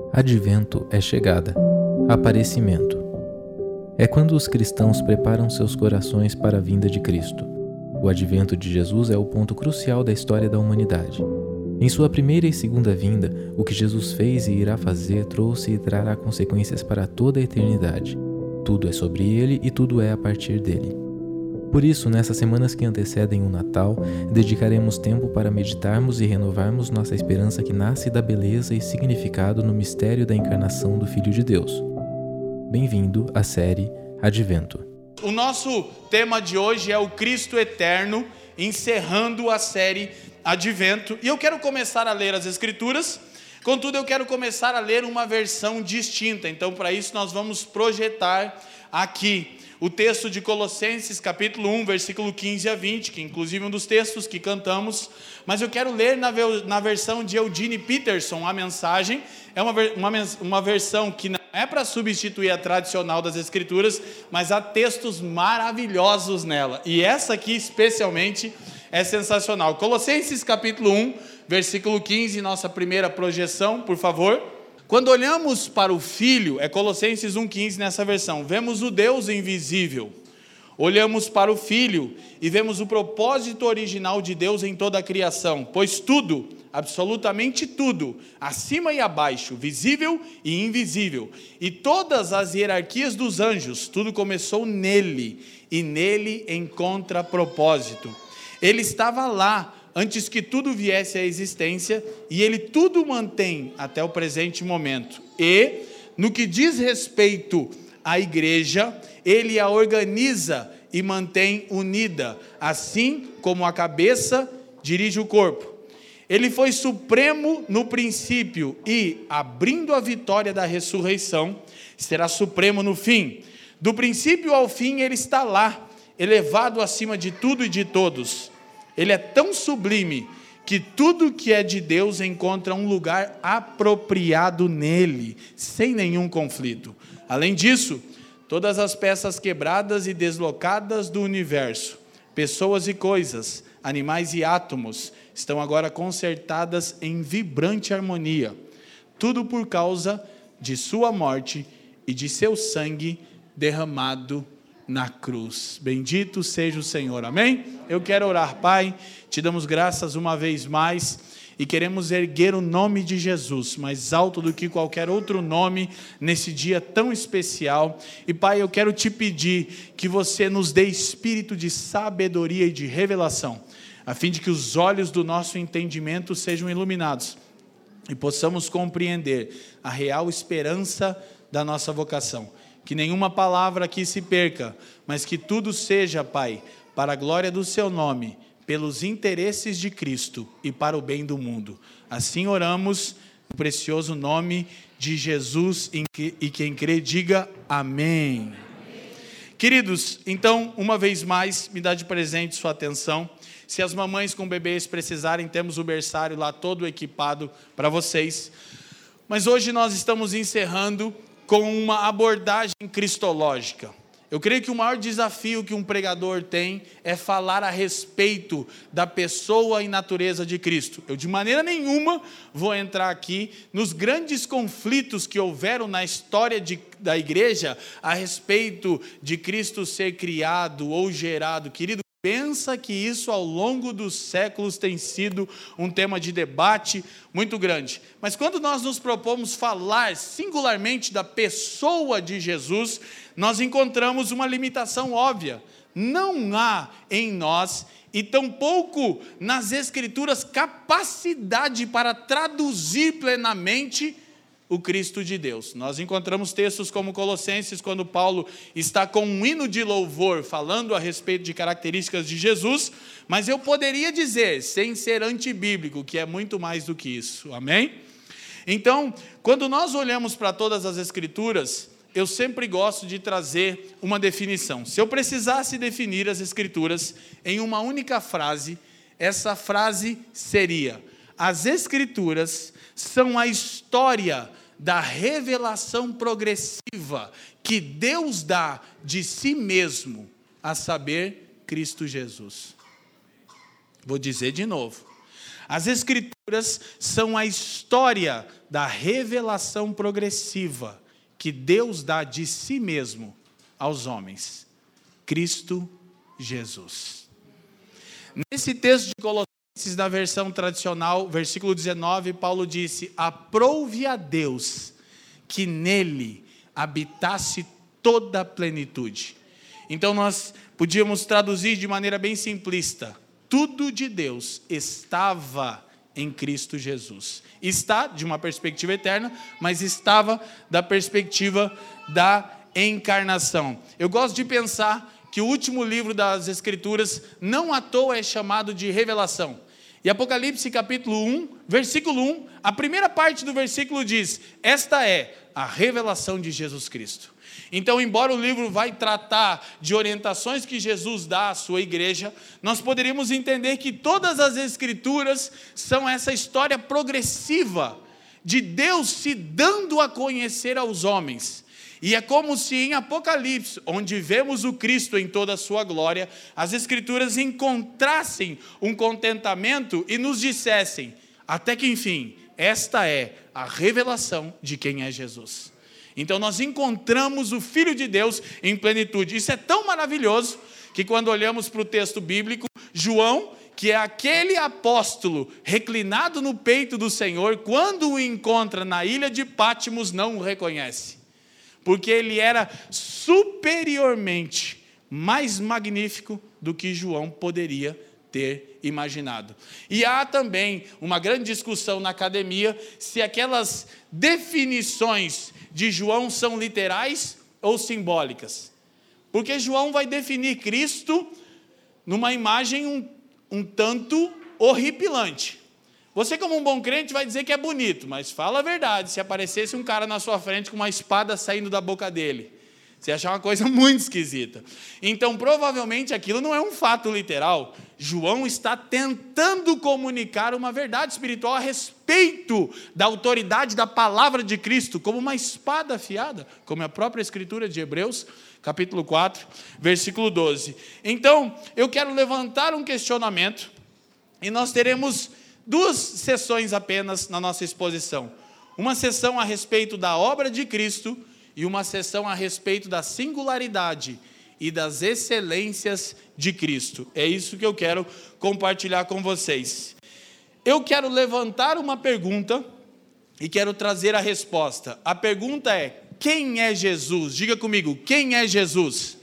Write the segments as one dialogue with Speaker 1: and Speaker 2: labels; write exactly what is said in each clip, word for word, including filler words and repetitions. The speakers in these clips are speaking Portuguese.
Speaker 1: Advento é chegada, aparecimento. É quando os cristãos preparam seus corações para a vinda de Cristo. O advento de Jesus é o ponto crucial da história da humanidade. Em sua primeira e segunda vinda, o que Jesus fez e irá fazer trouxe e trará consequências para toda a eternidade. Tudo é sobre ele e tudo é a partir dele. Por isso, nessas semanas que antecedem o Natal, dedicaremos tempo para meditarmos e renovarmos nossa esperança que nasce da beleza e significado no mistério da encarnação do Filho de Deus. Bem-vindo à série Advento.
Speaker 2: O nosso tema de hoje é o Cristo Eterno, encerrando a série Advento. E eu quero começar a ler as Escrituras, contudo eu quero começar a ler uma versão distinta. Então, para isso, nós vamos projetar aqui o texto de Colossenses, capítulo um, versículo quinze a vinte, que inclusive é um dos textos que cantamos, mas eu quero ler na, na versão de Eugene Peterson, a mensagem. É uma, uma, uma versão que não é para substituir a tradicional das Escrituras, mas há textos maravilhosos nela, e essa aqui especialmente é sensacional. Colossenses capítulo um, versículo quinze, nossa primeira projeção, por favor. Quando olhamos para o Filho, é Colossenses um, quinze nessa versão, vemos o Deus invisível. Olhamos para o Filho e vemos o propósito original de Deus em toda a criação, pois tudo, absolutamente tudo, acima e abaixo, visível e invisível, e todas as hierarquias dos anjos, tudo começou nele, e nele encontra propósito. Ele estava lá antes que tudo viesse à existência, e ele tudo mantém até o presente momento. E, no que diz respeito à igreja, ele a organiza e mantém unida, assim como a cabeça dirige o corpo. Ele foi supremo no princípio e, abrindo a vitória da ressurreição, será supremo no fim. Do princípio ao fim ele está lá, elevado acima de tudo e de todos. Ele é tão sublime que tudo que é de Deus encontra um lugar apropriado nele, sem nenhum conflito. Além disso, todas as peças quebradas e deslocadas do universo, pessoas e coisas, animais e átomos, estão agora consertadas em vibrante harmonia. Tudo por causa de sua morte e de seu sangue derramado na cruz. Bendito seja o Senhor, amém? Eu quero orar, Pai, te damos graças uma vez mais e queremos erguer o nome de Jesus mais alto do que qualquer outro nome nesse dia tão especial. E Pai, eu quero te pedir que você nos dê espírito de sabedoria e de revelação, a fim de que os olhos do nosso entendimento sejam iluminados e possamos compreender a real esperança da nossa vocação. Que nenhuma palavra aqui se perca, mas que tudo seja, Pai, para a glória do seu nome, pelos interesses de Cristo e para o bem do mundo. Assim oramos, no precioso nome de Jesus, e quem crê diga amém. Amém. Queridos, então, uma vez mais, me dá de presente sua atenção. Se as mamães com bebês precisarem, temos o berçário lá todo equipado para vocês. Mas hoje nós estamos encerrando com uma abordagem cristológica. Eu creio que o maior desafio que um pregador tem é falar a respeito da pessoa e natureza de Cristo. Eu de maneira nenhuma vou entrar aqui nos grandes conflitos que houveram na história de, da igreja a respeito de Cristo ser criado ou gerado. Querido, pensa que isso ao longo dos séculos tem sido um tema de debate muito grande. Mas quando nós nos propomos falar singularmente da pessoa de Jesus, nós encontramos uma limitação óbvia. Não há em nós, e tampouco nas Escrituras, capacidade para traduzir plenamente o Cristo de Deus. Nós encontramos textos como Colossenses, quando Paulo está com um hino de louvor, falando a respeito de características de Jesus, mas eu poderia dizer, sem ser antibíblico, que é muito mais do que isso, amém? Então, quando nós olhamos para todas as Escrituras, eu sempre gosto de trazer uma definição. Se eu precisasse definir as Escrituras em uma única frase, essa frase seria: as Escrituras são a história da revelação progressiva que Deus dá de si mesmo, a saber, Cristo Jesus. Vou dizer de novo. As Escrituras são a história da revelação progressiva que Deus dá de si mesmo aos homens. Cristo Jesus. Nesse texto de Colossenses, na versão tradicional, versículo dezenove, Paulo disse: aprove a Deus que nele habitasse toda a plenitude. Então nós podíamos traduzir de maneira bem simplista: tudo de Deus estava em Cristo Jesus. Está de uma perspectiva eterna, mas estava da perspectiva da encarnação. Eu gosto de pensar que o último livro das Escrituras não à toa é chamado de Revelação. E Apocalipse capítulo um, versículo um, a primeira parte do versículo diz: esta é a revelação de Jesus Cristo. Então, embora o livro vai tratar de orientações que Jesus dá à sua igreja, nós poderíamos entender que todas as Escrituras são essa história progressiva de Deus se dando a conhecer aos homens. E é como se em Apocalipse, onde vemos o Cristo em toda a sua glória, as Escrituras encontrassem um contentamento e nos dissessem, até que enfim, esta é a revelação de quem é Jesus. Então nós encontramos o Filho de Deus em plenitude. Isso é tão maravilhoso que quando olhamos para o texto bíblico, João, que é aquele apóstolo reclinado no peito do Senhor, quando o encontra na ilha de Pátimos, não o reconhece. Porque ele era superiormente mais magnífico do que João poderia ter imaginado. E há também uma grande discussão na academia se aquelas definições de João são literais ou simbólicas. Porque João vai definir Cristo numa imagem um, um tanto horripilante. Você, como um bom crente, vai dizer que é bonito, mas fala a verdade, se aparecesse um cara na sua frente com uma espada saindo da boca dele, você ia achar uma coisa muito esquisita. Então, provavelmente, aquilo não é um fato literal. João está tentando comunicar uma verdade espiritual a respeito da autoridade da palavra de Cristo, como uma espada afiada, como a própria Escritura de Hebreus, capítulo quatro, versículo doze. Então, eu quero levantar um questionamento, e nós teremos duas sessões apenas na nossa exposição. Uma sessão a respeito da obra de Cristo e uma sessão a respeito da singularidade e das excelências de Cristo. É isso que eu quero compartilhar com vocês. Eu quero levantar uma pergunta e quero trazer a resposta. A pergunta é: quem é Jesus? Diga comigo, quem é Jesus?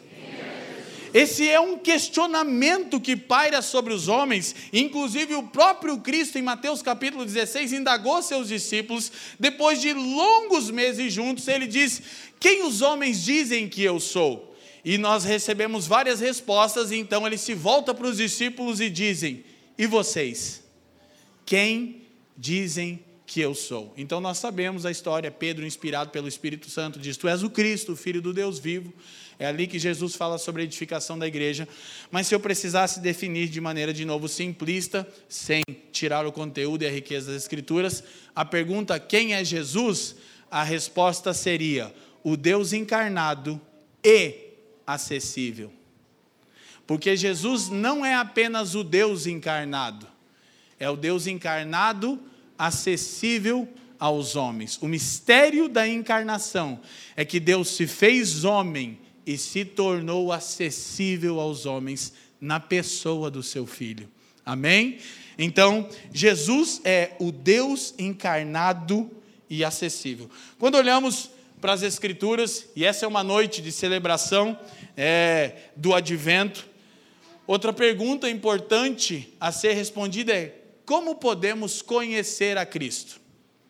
Speaker 2: Esse é um questionamento que paira sobre os homens, inclusive o próprio Cristo, em Mateus capítulo dezesseis, indagou seus discípulos, depois de longos meses juntos, ele diz: quem os homens dizem que eu sou? E nós recebemos várias respostas, e então ele se volta para os discípulos e dizem: e vocês? Quem dizem que eu sou? Então nós sabemos a história. Pedro, inspirado pelo Espírito Santo, diz: tu és o Cristo, o Filho do Deus vivo. É ali que Jesus fala sobre a edificação da igreja. Mas se eu precisasse definir de maneira, de novo, simplista, sem tirar o conteúdo e a riqueza das Escrituras, a pergunta quem é Jesus, a resposta seria o Deus encarnado e acessível. Porque Jesus não é apenas o Deus encarnado, é o Deus encarnado acessível aos homens. O mistério da encarnação é que Deus se fez homem e se tornou acessível aos homens na pessoa do seu Filho. Amém? Então, Jesus é o Deus encarnado e acessível. Quando olhamos para as Escrituras, e essa é uma noite de celebração é, do Advento, outra pergunta importante a ser respondida é: como podemos conhecer a Cristo?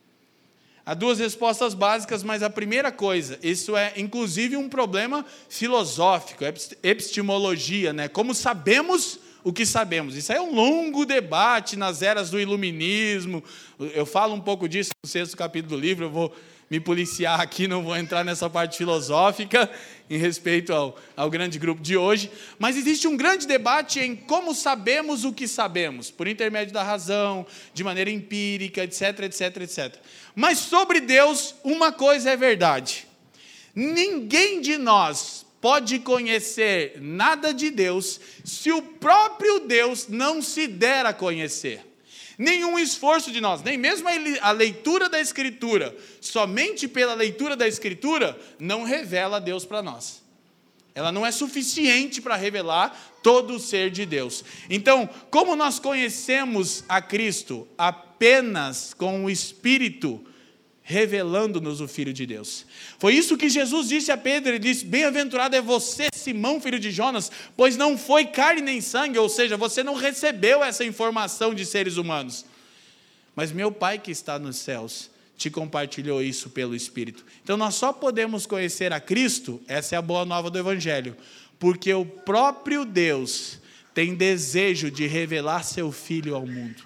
Speaker 2: Há duas respostas básicas, mas a primeira coisa, isso é inclusive um problema filosófico, epistemologia, né? Como sabemos o que sabemos? Isso é um longo debate nas eras do iluminismo. Eu falo um pouco disso no sexto capítulo do livro, eu vou me policiar aqui, não vou entrar nessa parte filosófica em respeito ao, ao grande grupo de hoje, mas existe um grande debate em como sabemos o que sabemos, por intermédio da razão, de maneira empírica, etc, etc, etcétera. Mas sobre Deus, uma coisa é verdade: ninguém de nós pode conhecer nada de Deus se o próprio Deus não se der a conhecer. Nenhum esforço de nós, nem mesmo a leitura da Escritura, somente pela leitura da Escritura, não revela Deus para nós. Ela não é suficiente para revelar todo o ser de Deus. Então, como nós conhecemos a Cristo? Apenas com o Espírito revelando-nos o Filho de Deus. Foi isso que Jesus disse a Pedro, ele disse: bem-aventurado é você, Simão, filho de Jonas, pois não foi carne nem sangue, ou seja, você não recebeu essa informação de seres humanos, mas meu Pai que está nos céus te compartilhou isso pelo Espírito. Então nós só podemos conhecer a Cristo, essa é a boa nova do Evangelho, porque o próprio Deus tem desejo de revelar seu Filho ao mundo.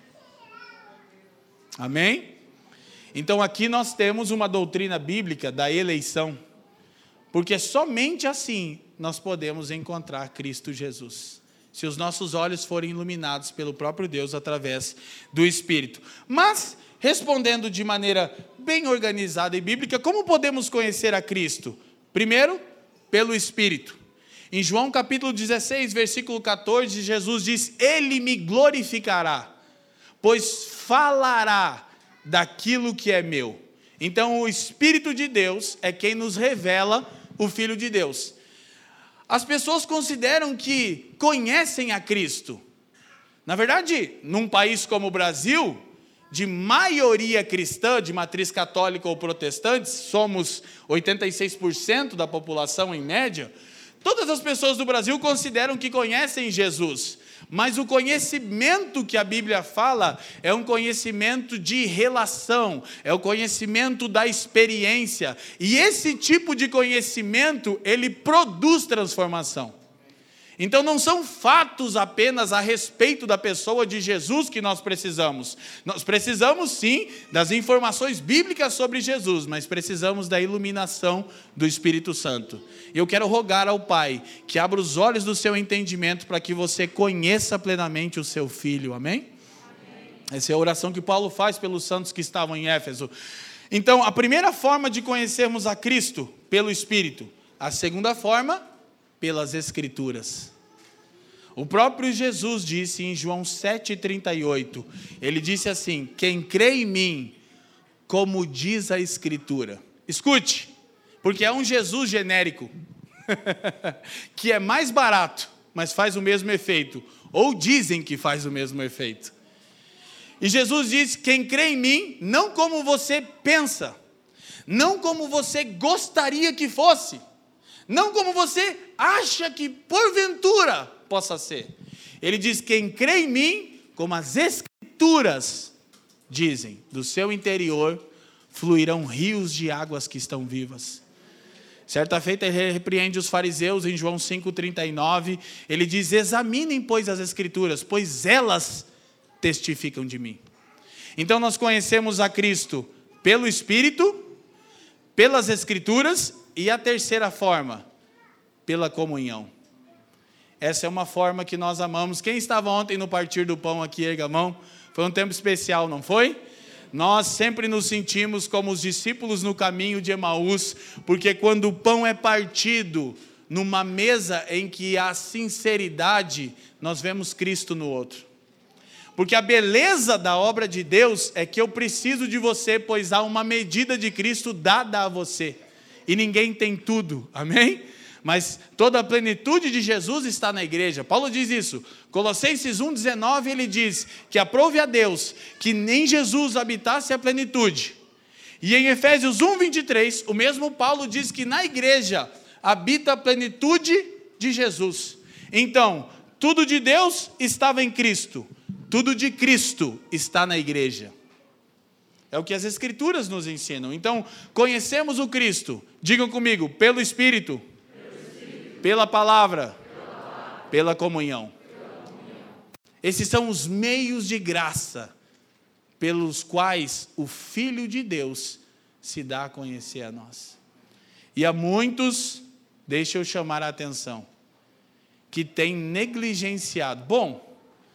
Speaker 2: Amém? Então aqui nós temos uma doutrina bíblica da eleição, porque somente assim nós podemos encontrar Cristo Jesus, se os nossos olhos forem iluminados pelo próprio Deus através do Espírito. Mas, respondendo de maneira bem organizada e bíblica, como podemos conhecer a Cristo? Primeiro, pelo Espírito. Em João capítulo dezesseis, versículo catorze, Jesus diz: Ele me glorificará, pois falará daquilo que é meu. Então o Espírito de Deus é quem nos revela o Filho de Deus. As pessoas consideram que conhecem a Cristo. Na verdade, num país como o Brasil, de maioria cristã, de matriz católica ou protestante, somos oitenta e seis por cento da população em média, todas as pessoas do Brasil consideram que conhecem Jesus. Mas o conhecimento que a Bíblia fala é um conhecimento de relação, é o conhecimento da experiência. E esse tipo de conhecimento, ele produz transformação. Então não são fatos apenas a respeito da pessoa de Jesus que nós precisamos. Nós precisamos sim das informações bíblicas sobre Jesus, mas precisamos da iluminação do Espírito Santo. E eu quero rogar ao Pai que abra os olhos do seu entendimento para que você conheça plenamente o seu Filho, amém? Amém. Essa é a oração que Paulo faz pelos santos que estavam em Éfeso. Então, a primeira forma de conhecermos a Cristo, pelo Espírito. A segunda forma, pelas Escrituras. O próprio Jesus disse em João sete, trinta e oito, ele disse assim: quem crê em mim, como diz a Escritura. Escute, porque é um Jesus genérico, que é mais barato, mas faz o mesmo efeito, ou dizem que faz o mesmo efeito. E Jesus disse: quem crê em mim, não como você pensa, não como você gostaria que fosse, não como você acha que porventura possa ser. Ele diz: quem crê em mim, como as Escrituras dizem, do seu interior fluirão rios de águas que estão vivas. Certa feita ele repreende os fariseus em João cinco, trinta e nove, ele diz: examinem, pois, as Escrituras, pois elas testificam de mim. Então nós conhecemos a Cristo pelo Espírito, pelas Escrituras, e a terceira forma, pela comunhão. Essa é uma forma que nós amamos. Quem estava ontem no partir do pão aqui, erga a mão? Foi um tempo especial, não foi? Nós sempre nos sentimos como os discípulos no caminho de Emaús, porque quando o pão é partido numa mesa em que há sinceridade, nós vemos Cristo no outro. Porque a beleza da obra de Deus é que eu preciso de você, pois há uma medida de Cristo dada a você. E ninguém tem tudo, amém? Mas toda a plenitude de Jesus está na igreja. Paulo diz isso. Colossenses um, dezenove, ele diz que aprove a Deus que em Jesus habitasse a plenitude. E em Efésios um, vinte e três, o mesmo Paulo diz que na igreja habita a plenitude de Jesus. Então, tudo de Deus estava em Cristo. Tudo de Cristo está na igreja. É o que as Escrituras nos ensinam. Então, conhecemos o Cristo. Digam comigo, pelo Espírito. Pela palavra, pela, palavra. Pela, comunhão. pela comunhão. Esses são os meios de graça pelos quais o Filho de Deus se dá a conhecer a nós. E há muitos, deixa eu chamar a atenção, que têm negligenciado. Bom,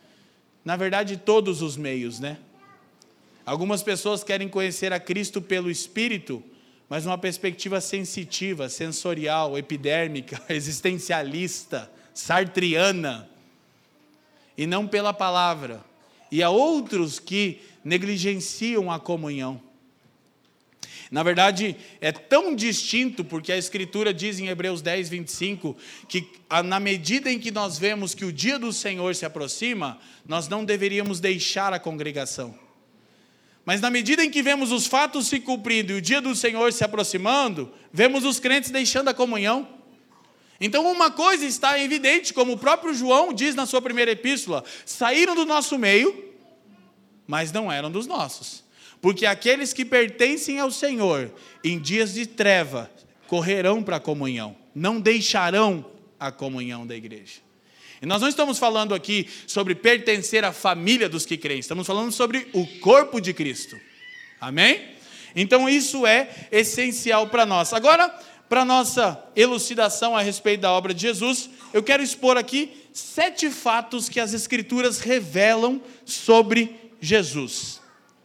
Speaker 2: na verdade todos os meios, né? Algumas pessoas querem conhecer a Cristo pelo Espírito, mas numa perspectiva sensitiva, sensorial, epidérmica, existencialista, sartriana, e não pela palavra. e há outros que negligenciam a comunhão. Na verdade, é tão distinto, porque a Escritura diz em Hebreus dez, vinte e cinco, que na medida em que nós vemos que o dia do Senhor se aproxima, nós não deveríamos deixar a congregação. Mas na medida em que vemos os fatos se cumprindo e o dia do Senhor se aproximando, vemos os crentes deixando a comunhão. Então uma coisa está evidente, como o próprio João diz na sua primeira epístola: saíram do nosso meio, mas não eram dos nossos. Porque aqueles que pertencem ao Senhor, em dias de treva, correrão para a comunhão, não deixarão a comunhão da igreja. E nós não estamos falando aqui sobre pertencer à família dos que creem, estamos falando sobre o corpo de Cristo. Amém? Então isso é essencial para nós. Agora, para nossa elucidação a respeito da obra de Jesus, eu quero expor aqui sete fatos que as Escrituras revelam sobre Jesus.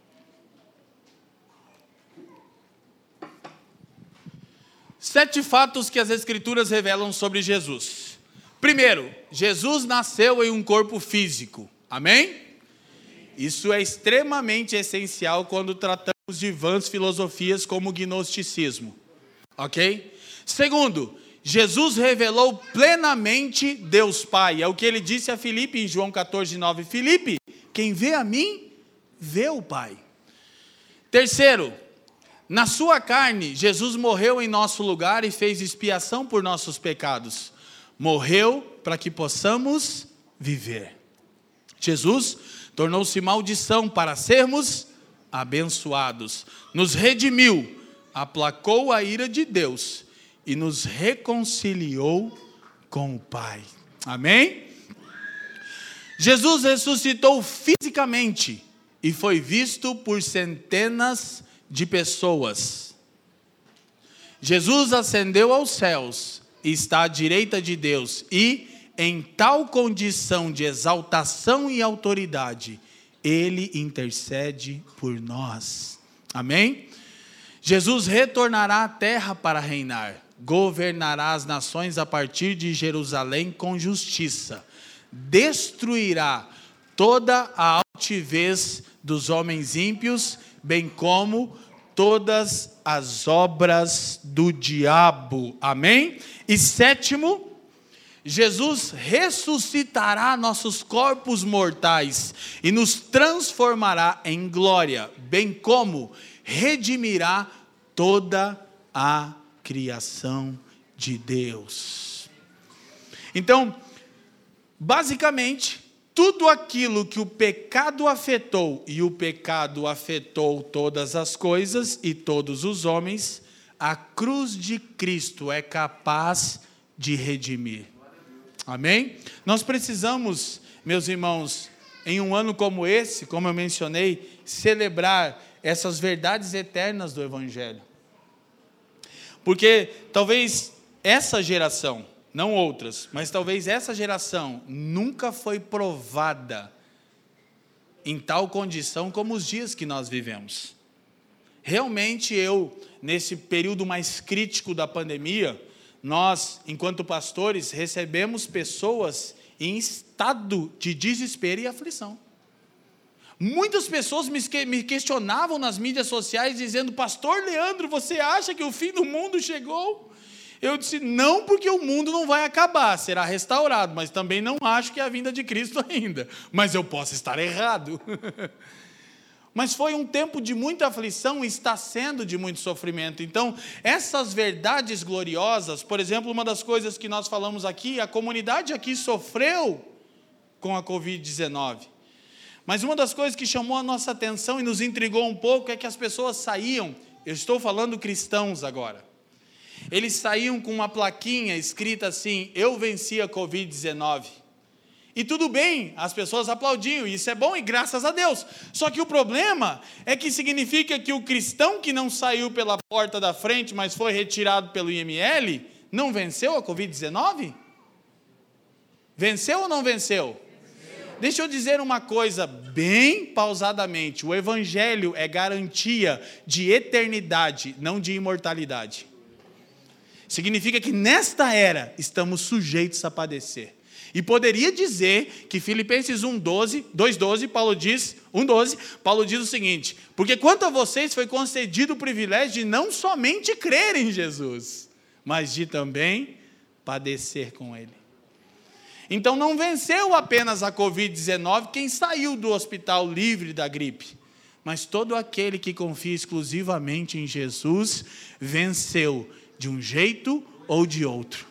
Speaker 2: Sete fatos que as Escrituras revelam sobre Jesus. Primeiro, Jesus nasceu em um corpo físico. Amém? Isso é extremamente essencial quando tratamos de vãs filosofias como o gnosticismo. Ok? Segundo, Jesus revelou plenamente Deus Pai. É o que ele disse a Filipe em João catorze, nove. Filipe, quem vê a mim, vê o Pai. Terceiro, na sua carne, Jesus morreu em nosso lugar e fez expiação por nossos pecados. Morreu para que possamos viver. Jesus tornou-se maldição para sermos abençoados. Nos redimiu, aplacou a ira de Deus e nos reconciliou com o Pai. Amém? Jesus ressuscitou fisicamente e foi visto por centenas de pessoas. Jesus ascendeu aos céus e está à direita de Deus, e em tal condição de exaltação e autoridade, ele intercede por nós. Amém? Jesus retornará à terra para reinar, governará as nações a partir de Jerusalém com justiça, destruirá toda a altivez dos homens ímpios, bem como todas as obras do diabo. Amém? E sétimo, Jesus ressuscitará nossos corpos mortais e nos transformará em glória, bem como redimirá toda a criação de Deus. Então, basicamente, tudo aquilo que o pecado afetou, e o pecado afetou todas as coisas e todos os homens, a cruz de Cristo é capaz de redimir. Amém? Nós precisamos, meus irmãos, em um ano como esse, como eu mencionei, celebrar essas verdades eternas do Evangelho. Porque talvez essa geração, não outras, mas talvez essa geração nunca foi provada em tal condição como os dias que nós vivemos. Realmente eu, nesse período mais crítico da pandemia, nós, enquanto pastores, recebemos pessoas em estado de desespero e aflição. Muitas pessoas me questionavam nas mídias sociais dizendo: pastor Leandro, você acha que o fim do mundo chegou? Eu disse: não, porque o mundo não vai acabar, será restaurado, mas também não acho que é a vinda de Cristo ainda, mas eu posso estar errado. Mas foi um tempo de muita aflição e está sendo de muito sofrimento. Então, essas verdades gloriosas, por exemplo, uma das coisas que nós falamos aqui, a comunidade aqui sofreu com a covid dezenove. Mas uma das coisas que chamou a nossa atenção e nos intrigou um pouco é que as pessoas saíam, eu estou falando cristãos agora, eles saíam com uma plaquinha escrita assim: eu venci a covid dezenove. E tudo bem, as pessoas aplaudiam, e isso é bom e graças a Deus. Só que o problema é que significa que o cristão que não saiu pela porta da frente, mas foi retirado pelo I M L, não venceu a covid dezenove? Venceu ou não venceu? Venceu. Deixa eu dizer uma coisa bem pausadamente: o Evangelho é garantia de eternidade, não de imortalidade. Significa que nesta era estamos sujeitos a padecer. E poderia dizer que Filipenses um, doze, dois, doze, Paulo diz, um, doze, Paulo diz o seguinte: porque quanto a vocês foi concedido o privilégio de não somente crer em Jesus, mas de também padecer com Ele. Então não venceu apenas a covid dezenove quem saiu do hospital livre da gripe, mas todo aquele que confia exclusivamente em Jesus venceu de um jeito ou de outro.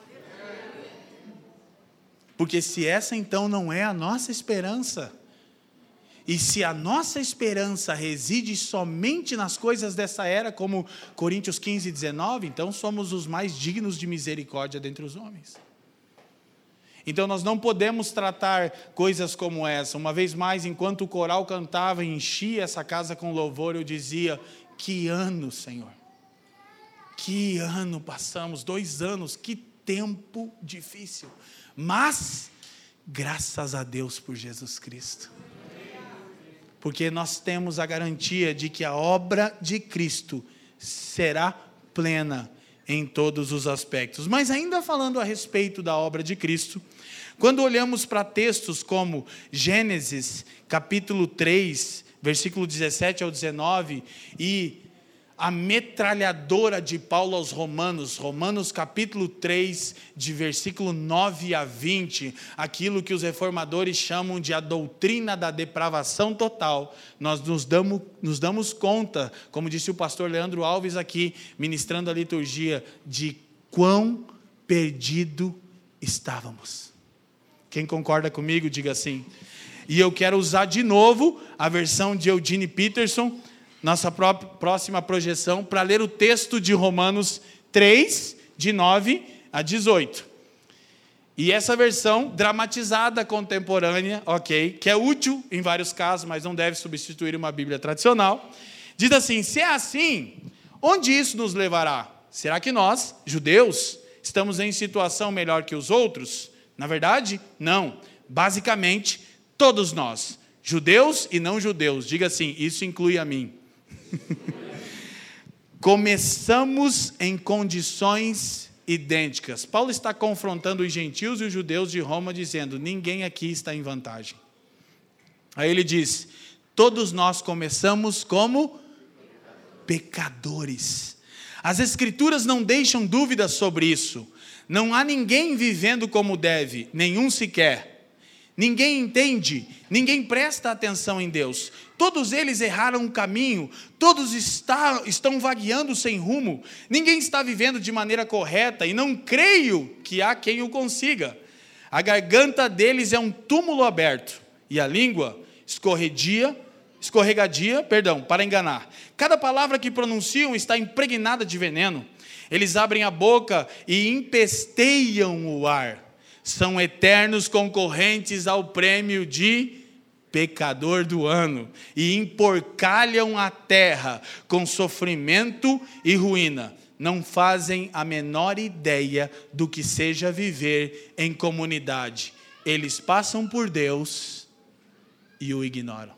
Speaker 2: Porque se essa então não é a nossa esperança, e se a nossa esperança reside somente nas coisas dessa era, como Coríntios quinze, dezenove, então somos os mais dignos de misericórdia dentre os homens. Então nós não podemos tratar coisas como essa. Uma vez mais, enquanto o coral cantava e enchia essa casa com louvor, eu dizia: que ano, Senhor, que ano passamos, dois anos, que tempo difícil. Mas, graças a Deus por Jesus Cristo. Porque nós temos a garantia de que a obra de Cristo será plena em todos os aspectos. Mas ainda falando a respeito da obra de Cristo, quando olhamos para textos como Gênesis, capítulo três, versículo dezessete ao dezenove, e a metralhadora de Paulo aos Romanos, Romanos capítulo três, de versículo nove a vinte, aquilo que os reformadores chamam de a doutrina da depravação total, nós nos damos, nos damos conta, como disse o pastor Leandro Alves aqui, ministrando a liturgia, de quão perdido estávamos. Quem concorda comigo, diga assim. E eu quero usar de novo a versão de Eugene Peterson, nossa próxima projeção, para ler o texto de Romanos três, de nove a dezoito. E essa versão dramatizada, contemporânea, ok, que é útil em vários casos, mas não deve substituir uma Bíblia tradicional, diz assim: se é assim, onde isso nos levará? Será que nós, judeus, estamos em situação melhor que os outros? Na verdade, não. Basicamente, todos nós, judeus e não judeus, diga assim, isso inclui a mim. Começamos em condições idênticas. Paulo está confrontando os gentios e os judeus de Roma, dizendo: ninguém aqui está em vantagem. Aí ele diz: todos nós começamos como pecadores. As Escrituras não deixam dúvidas sobre isso. Não há ninguém vivendo como deve, nenhum sequer. Ninguém entende, ninguém presta atenção em Deus. Todos eles erraram o caminho, todos está, estão vagueando sem rumo. Ninguém está vivendo de maneira correta e não creio que há quem o consiga. A garganta deles é um túmulo aberto e a língua escorredia, escorregadia, perdão, para enganar. Cada palavra que pronunciam está impregnada de veneno. Eles abrem a boca e empesteiam o ar. São eternos concorrentes ao prêmio de pecador do ano e emporcalham a terra com sofrimento e ruína. Não fazem a menor ideia do que seja viver em comunidade. Eles passam por Deus e o ignoram.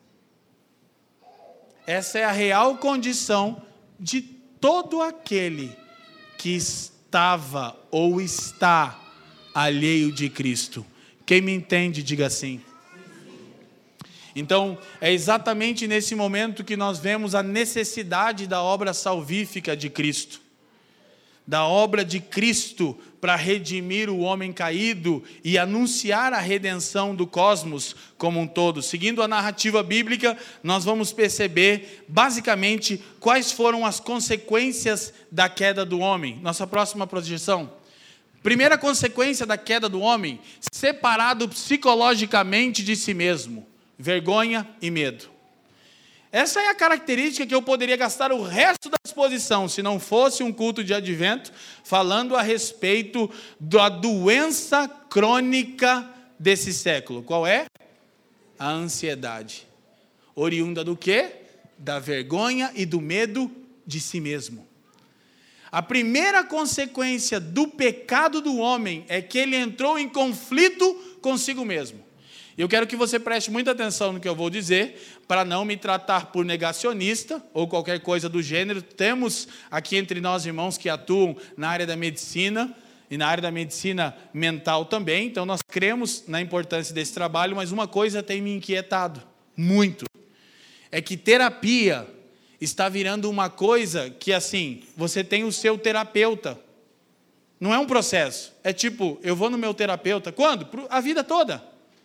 Speaker 2: Essa é a real condição de todo aquele que estava ou está alheio de Cristo. Quem me entende, diga assim. Então, é exatamente nesse momento que nós vemos a necessidade da obra salvífica de Cristo. Da obra de Cristo para redimir o homem caído e anunciar a redenção do cosmos como um todo. Seguindo a narrativa bíblica, nós vamos perceber, basicamente, quais foram as consequências da queda do homem. Nossa próxima projeção. Primeira consequência da queda do homem: separado psicologicamente de si mesmo. Vergonha e medo. Essa é a característica que eu poderia gastar o resto da exposição, se não fosse um culto de advento, falando a respeito da doença crônica desse século. Qual é? A ansiedade. Oriunda do quê? Da vergonha e do medo de si mesmo. A primeira consequência do pecado do homem é que ele entrou em conflito consigo mesmo. Eu quero que você preste muita atenção no que eu vou dizer, para não me tratar por negacionista ou qualquer coisa do gênero. Temos aqui entre nós irmãos que atuam na área da medicina, e na área da medicina mental também, então nós cremos na importância desse trabalho, mas uma coisa tem me inquietado muito, é que terapia está virando uma coisa que, assim, você tem o seu terapeuta, não é um processo, é tipo, eu vou no meu terapeuta, quando? A vida toda.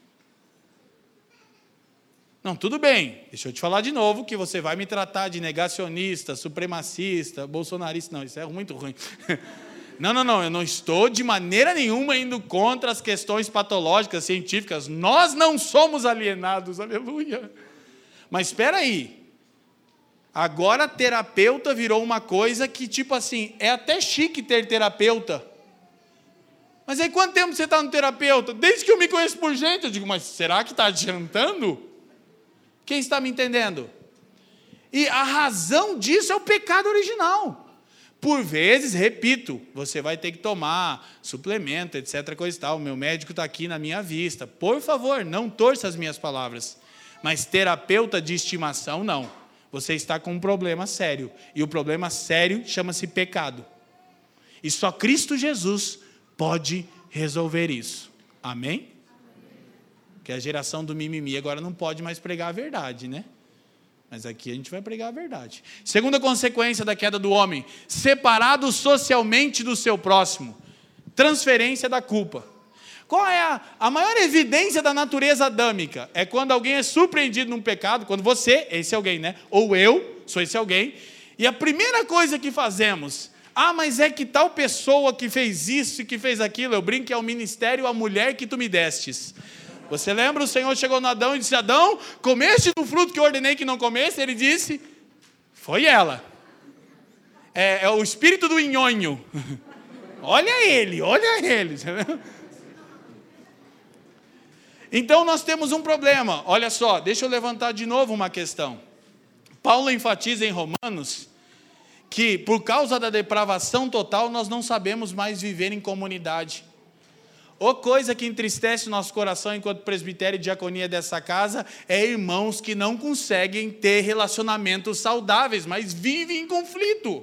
Speaker 2: Não, tudo bem, deixa eu te falar de novo que você vai me tratar de negacionista, supremacista, bolsonarista, não, isso é muito ruim. Não, não, não, eu não estou de maneira nenhuma indo contra as questões patológicas, científicas, nós não somos alienados, aleluia. Mas espera aí, agora terapeuta virou uma coisa que tipo assim, é até chique ter terapeuta. Mas aí quanto tempo você está no terapeuta? Desde que eu me conheço por gente, eu digo, mas será que está adiantando? Quem está me entendendo? E a razão disso é o pecado original. Por vezes, repito, você vai ter que tomar suplemento, etc, coisa e tal. O meu médico está aqui na minha vista. Por favor, não torça as minhas palavras. Mas terapeuta de estimação, não. Você está com um problema sério. E o problema sério chama-se pecado. E só Cristo Jesus pode resolver isso. Amém? Que a geração do mimimi agora não pode mais pregar a verdade, né? Mas aqui a gente vai pregar a verdade. Segunda consequência da queda do homem, separado socialmente do seu próximo, transferência da culpa. Qual é a, a maior evidência da natureza adâmica? É quando alguém é surpreendido num pecado, quando você, esse alguém, né? Ou eu, sou esse alguém, e a primeira coisa que fazemos, ah, mas é que tal pessoa que fez isso e que fez aquilo, eu brinco que é o ministério, a mulher que tu me destes. Você lembra, o Senhor chegou no Adão e disse, Adão, comeste do fruto que eu ordenei que não comesse? Ele disse, foi ela. É, é o espírito do nhonho. Olha ele, olha ele. Então nós temos um problema. Olha só, deixa eu levantar de novo uma questão. Paulo enfatiza em Romanos que por causa da depravação total nós não sabemos mais viver em comunidade. Ou coisa que entristece o nosso coração enquanto presbitério e diaconia dessa casa é irmãos que não conseguem ter relacionamentos saudáveis, mas vivem em conflito.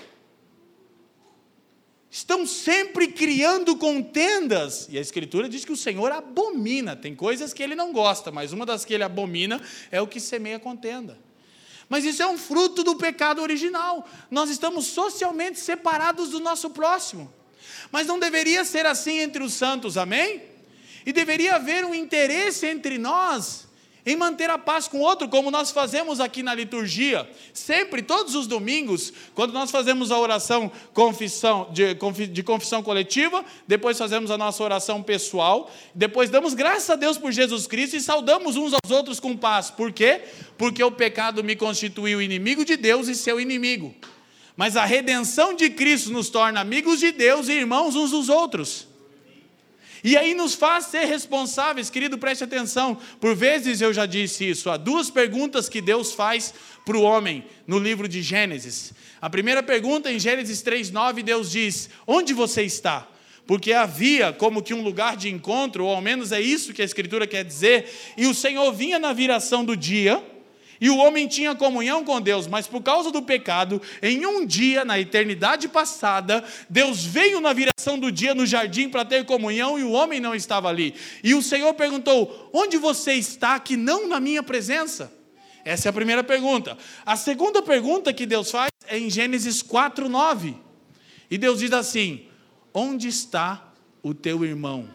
Speaker 2: Estão sempre criando contendas. E a Escritura diz que o Senhor abomina. Tem coisas que Ele não gosta, mas uma das que Ele abomina é o que semeia contenda. Mas isso é um fruto do pecado original. Nós estamos socialmente separados do nosso próximo. Mas não deveria ser assim entre os santos, amém? E deveria haver um interesse entre nós em manter a paz com o outro, como nós fazemos aqui na liturgia. Sempre, todos os domingos, quando nós fazemos a oração confissão, de, de confissão coletiva, depois fazemos a nossa oração pessoal, depois damos graças a Deus por Jesus Cristo e saudamos uns aos outros com paz. Por quê? Porque o pecado me constituiu inimigo de Deus e seu inimigo. Mas a redenção de Cristo nos torna amigos de Deus e irmãos uns dos outros. E aí nos faz ser responsáveis, querido, preste atenção. Por vezes eu já disse isso, há duas perguntas que Deus faz para o homem no livro de Gênesis. A primeira pergunta, em Gênesis três, nove, Deus diz, onde você está? Porque havia como que um lugar de encontro, ou ao menos é isso que a Escritura quer dizer, e o Senhor vinha na viração do dia, e o homem tinha comunhão com Deus, mas por causa do pecado, em um dia, na eternidade passada, Deus veio na viração do dia no jardim para ter comunhão e o homem não estava ali. E o Senhor perguntou, onde você está que não na minha presença? Essa é a primeira pergunta. A segunda pergunta que Deus faz é em Gênesis quatro, nove. E Deus diz assim, onde está o teu irmão?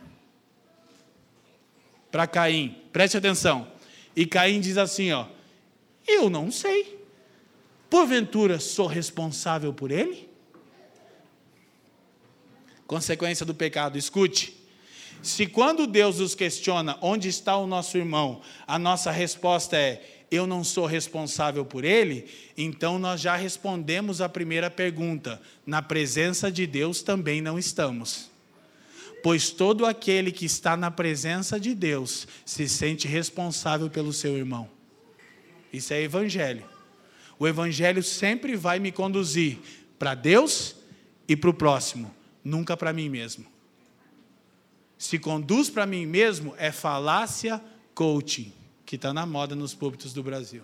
Speaker 2: Para Caim, preste atenção. E Caim diz assim, ó, eu não sei. Porventura sou responsável por ele? Consequência do pecado, escute. Se quando Deus nos questiona onde está o nosso irmão, a nossa resposta é, eu não sou responsável por ele, então nós já respondemos a primeira pergunta. Na presença de Deus também não estamos. Pois todo aquele que está na presença de Deus se sente responsável pelo seu irmão. Isso é evangelho. O evangelho sempre vai me conduzir para Deus e para o próximo, nunca para mim mesmo. Se conduz para mim mesmo, é falácia coaching, que está na moda nos púlpitos do Brasil.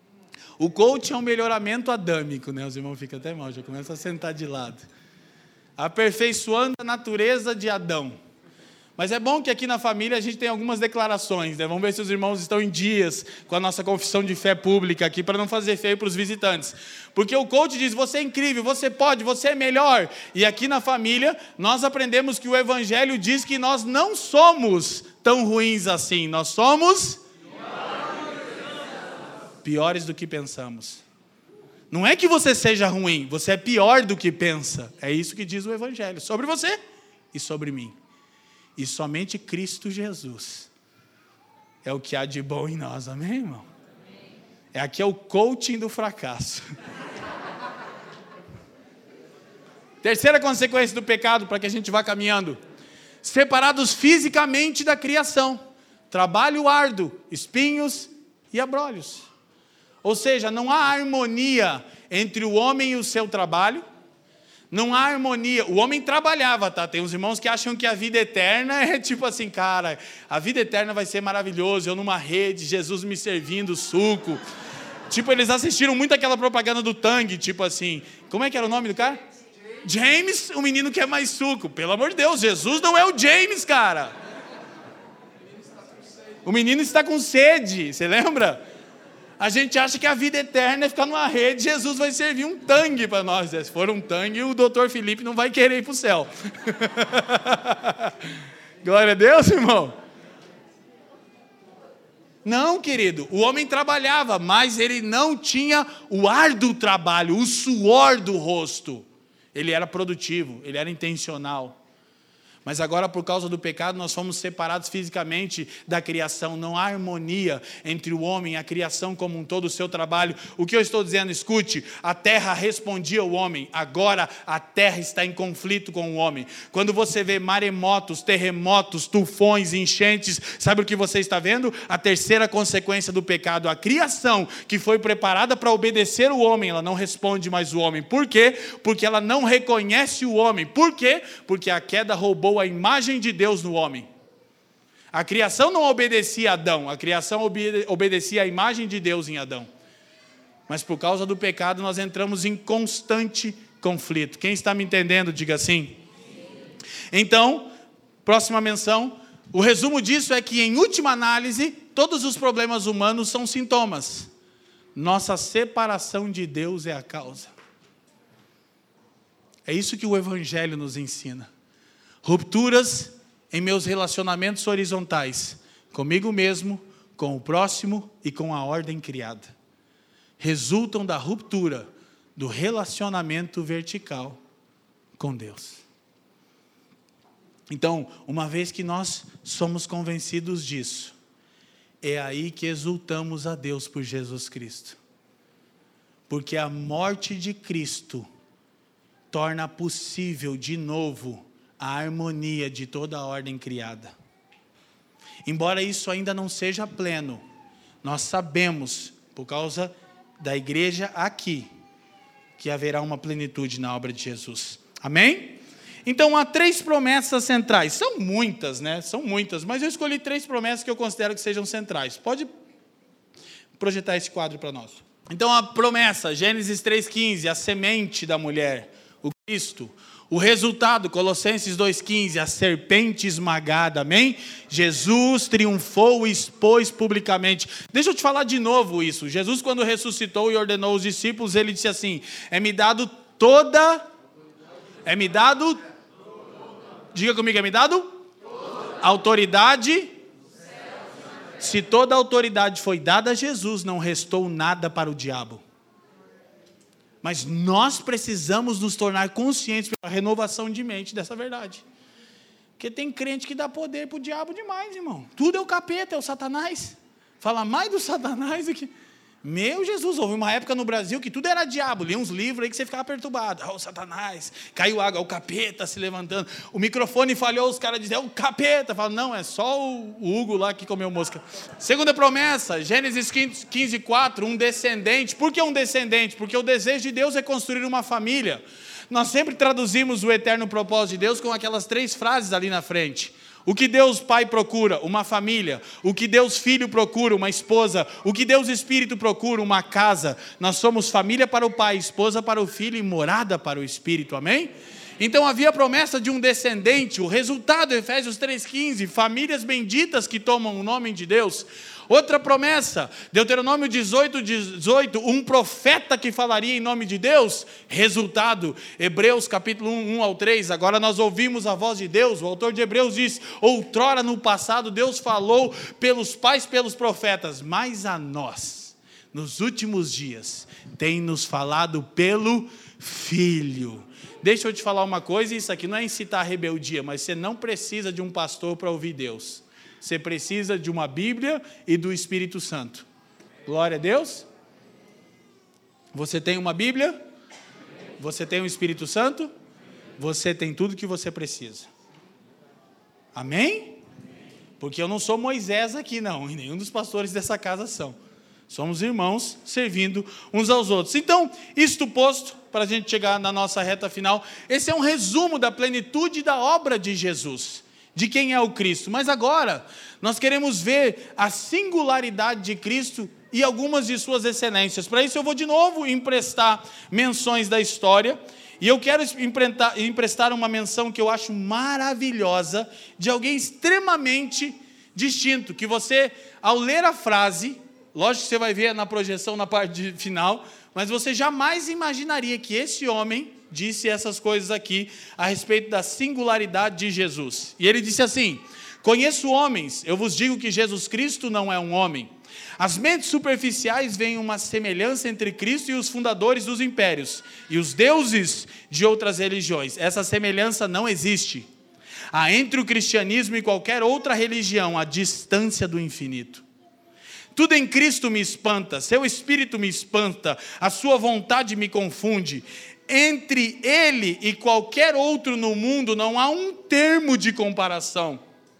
Speaker 2: O coaching é um melhoramento adâmico, né? Os irmãos ficam até mal, já começam a sentar de lado. Aperfeiçoando a natureza de Adão. Mas é bom que aqui na família a gente tem algumas declarações, né? Vamos ver se os irmãos estão em dias com a nossa confissão de fé pública aqui, para não fazer feio para os visitantes. Porque o coach diz, você é incrível, você pode, você é melhor. E aqui na família, nós aprendemos que o Evangelho diz que nós não somos tão ruins assim. Nós somos piores do que pensamos. Não é que você seja ruim, você é pior do que pensa. É isso que diz o Evangelho, sobre você e sobre mim. E somente Cristo Jesus é o que há de bom em nós, amém, irmão? É aqui é o coaching do fracasso. Terceira consequência do pecado, para que a gente vá caminhando. Separados fisicamente da criação. Trabalho árduo, espinhos e abrolhos. Ou seja, não há harmonia entre o homem e o seu trabalho. Não há harmonia. O homem trabalhava, tá? Tem uns irmãos que acham que a vida eterna é tipo assim, cara, a vida eterna vai ser maravilhoso, eu numa rede, Jesus me servindo suco. Tipo, eles assistiram muito aquela propaganda do Tang, tipo assim, como é que era o nome do cara? James, o menino quer mais suco. Pelo amor de Deus, Jesus não é o James, cara. O menino está com sede, você lembra? A gente acha que a vida eterna é ficar numa rede, Jesus vai servir um tangue para nós. Se for um tangue, o doutor Felipe não vai querer ir para o céu. Glória a Deus, irmão. Não, querido, o homem trabalhava, mas ele não tinha o árduo trabalho, o suor do rosto. Ele era produtivo, ele era intencional. Mas agora, por causa do pecado, nós fomos separados fisicamente da criação. Não há harmonia entre o homem e a criação como um todo, o seu trabalho. O que eu estou dizendo? Escute, a terra respondia ao homem. Agora a terra está em conflito com o homem. Quando você vê maremotos, terremotos, tufões, enchentes, sabe o que você está vendo? A terceira consequência do pecado. A criação que foi preparada para obedecer o homem, ela não responde mais o homem. Por quê? Porque ela não reconhece o homem. Por quê? Porque a queda roubou a imagem de Deus no homem. A criação não obedecia a Adão, a criação obede- obedecia a imagem de Deus em Adão. Mas por causa do pecado nós entramos em constante conflito. Quem está me entendendo, diga sim. Então, próxima menção, o resumo disso é que, em última análise, todos os problemas humanos são sintomas. Nossa separação de Deus é a causa. É isso que o Evangelho nos ensina. Rupturas em meus relacionamentos horizontais, comigo mesmo, com o próximo e com a ordem criada, resultam da ruptura do relacionamento vertical com Deus. Então, uma vez que nós somos convencidos disso, é aí que exultamos a Deus por Jesus Cristo. Porque a morte de Cristo torna possível de novo a harmonia de toda a ordem criada. Embora isso ainda não seja pleno, nós sabemos, por causa da igreja aqui, que haverá uma plenitude na obra de Jesus. Amém? Então há três promessas centrais. São muitas, né? São muitas, mas eu escolhi três promessas que eu considero que sejam centrais. Pode projetar esse quadro para nós. Então a promessa, Gênesis três quinze, a semente da mulher, o Cristo. O resultado, Colossenses dois quinze, a serpente esmagada, amém? Jesus triunfou e expôs publicamente. Deixa eu te falar de novo isso. Jesus, quando ressuscitou e ordenou os discípulos, ele disse assim, é-me dado toda, é-me dado, diga comigo, é-me dado? Autoridade. Se toda a autoridade foi dada a Jesus, não restou nada para o diabo. Mas nós precisamos nos tornar conscientes pela renovação de mente dessa verdade. Porque tem crente que dá poder para o diabo demais, irmão. Tudo é o capeta, é o Satanás. Fala mais do Satanás do que... Meu Jesus, houve uma época no Brasil que tudo era diabo. Lia uns livros aí que você ficava perturbado. Ah, o Satanás, caiu água, o capeta se levantando. O microfone falhou, os caras diziam, é o capeta. Fala, não, é só o Hugo lá que comeu mosca. Segunda promessa, Gênesis quinze, quatro, um descendente. Por que um descendente? Porque o desejo de Deus é construir uma família. Nós sempre traduzimos o eterno propósito de Deus com aquelas três frases ali na frente. O que Deus Pai procura? Uma família. O que Deus Filho procura? Uma esposa. O que Deus Espírito procura? Uma casa. Nós somos família para o Pai, esposa para o Filho e morada para o Espírito. Amém? Então havia a promessa de um descendente, o resultado, Efésios três quinze, famílias benditas que tomam o nome de Deus. Outra promessa, Deuteronômio dezoito, dezoito, um profeta que falaria em nome de Deus. Resultado, Hebreus capítulo um, um ao três, agora nós ouvimos a voz de Deus. O autor de Hebreus diz, outrora no passado Deus falou pelos pais, pelos profetas, mas a nós, nos últimos dias, tem nos falado pelo Filho. Deixa eu te falar uma coisa, isso aqui não é incitar a rebeldia, mas você não precisa de um pastor para ouvir Deus. Você precisa de uma Bíblia e do Espírito Santo. Glória a Deus. Você tem uma Bíblia? Você tem o Espírito Santo? Você tem tudo que você precisa. Amém? Porque eu não sou Moisés aqui não, e nenhum dos pastores dessa casa são. Somos irmãos servindo uns aos outros. Então, isto posto, para a gente chegar na nossa reta final, esse é um resumo da plenitude da obra de Jesus, de quem é o Cristo. Mas agora, nós queremos ver a singularidade de Cristo e algumas de suas excelências. Para isso eu vou de novo emprestar menções da história, e eu quero emprestar uma menção que eu acho maravilhosa, de alguém extremamente distinto, que você, ao ler a frase, lógico que você vai ver na projeção na parte final, mas você jamais imaginaria que esse homem disse essas coisas aqui a respeito da singularidade de Jesus. E ele disse assim: conheço homens, eu vos digo que Jesus Cristo não é um homem. As mentes superficiais veem uma semelhança entre Cristo e os fundadores dos impérios, e os deuses de outras religiões. Essa semelhança não existe. Há entre o cristianismo e qualquer outra religião a distância do infinito. Tudo em Cristo me espanta, seu espírito me espanta, a sua vontade me confunde. Entre ele e qualquer outro no mundo não há um termo de comparação.